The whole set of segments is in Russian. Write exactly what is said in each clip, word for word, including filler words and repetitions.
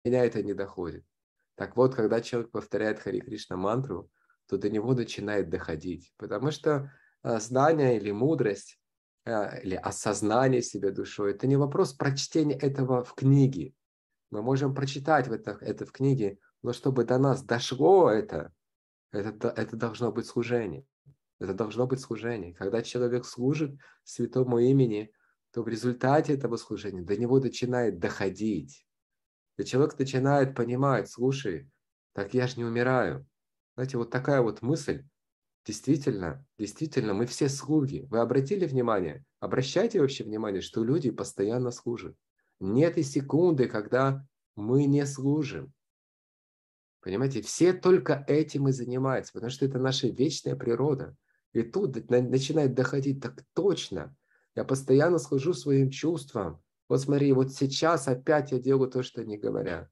меня это не доходит. Так вот, когда человек повторяет Хари Кришна мантру, то до него начинает доходить. Потому что э, знание или мудрость, э, или осознание себя душой, это не вопрос прочтения этого в книге. Мы можем прочитать в это, это в книге, но чтобы до нас дошло это, это, это должно быть служение. Это должно быть служение. Когда человек служит святому имени, то в результате этого служения до него начинает доходить. И человек начинает понимать: слушай, так я же не умираю. Знаете, вот такая вот мысль. Действительно, действительно, мы все слуги. Вы обратили внимание? Обращайте вообще внимание, что люди постоянно служат. Нет и секунды, когда мы не служим. Понимаете, все только этим и занимаются, потому что это наша вечная природа. И тут начинает доходить: так точно, я постоянно служу своим чувствам. Вот смотри, вот сейчас опять я делаю то, что они говорят.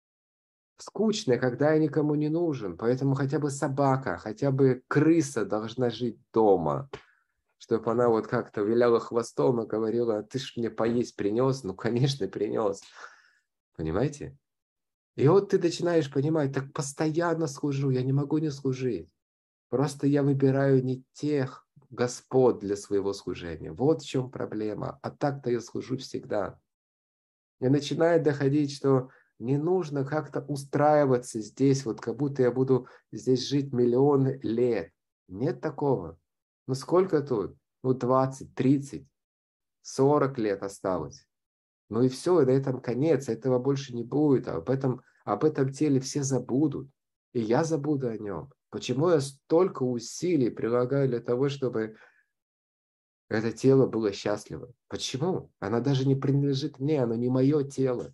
Скучно, когда я никому не нужен, поэтому хотя бы собака, хотя бы крыса должна жить дома, чтобы она вот как-то виляла хвостом и говорила: ты ж мне поесть принес? Ну, конечно, принес. Понимаете? И вот ты начинаешь понимать: так постоянно служу, я не могу не служить. Просто я выбираю не тех господ для своего служения. Вот в чем проблема. А так-то я служу всегда. И начинает доходить, что не нужно как-то устраиваться здесь, вот как будто я буду здесь жить миллионы лет. Нет такого. Ну сколько тут? Ну двадцать, тридцать, сорок лет осталось. Ну и все, и на этом конец, этого больше не будет. Об этом, об этом теле все забудут. И я забуду о нем. Почему я столько усилий прилагаю для того, чтобы это тело было счастливо? Почему? Оно даже не принадлежит мне, оно не мое тело.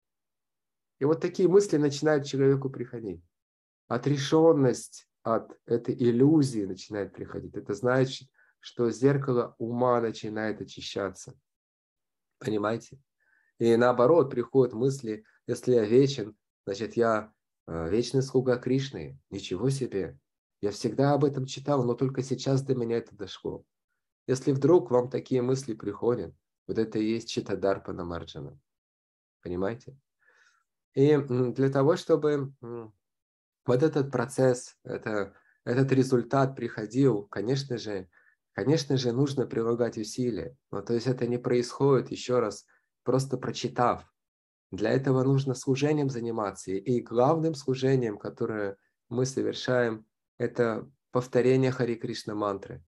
И вот такие мысли начинают человеку приходить. Отрешенность от этой иллюзии начинает приходить. Это значит, что зеркало ума начинает очищаться. Понимаете? И наоборот, приходят мысли: если я вечен, значит, я э, вечный слуга Кришны. Ничего себе! Я всегда об этом читал, но только сейчас до меня это дошло. Если вдруг вам такие мысли приходят, вот это и есть Читтадарпана Марджана. Понимаете? И для того, чтобы вот этот процесс, это, этот результат приходил, конечно же, конечно же, нужно прилагать усилия. Ну, то есть это не происходит, еще раз, просто прочитав. Для этого нужно служением заниматься. И главным служением, которое мы совершаем, это повторение Хари Кришна мантры.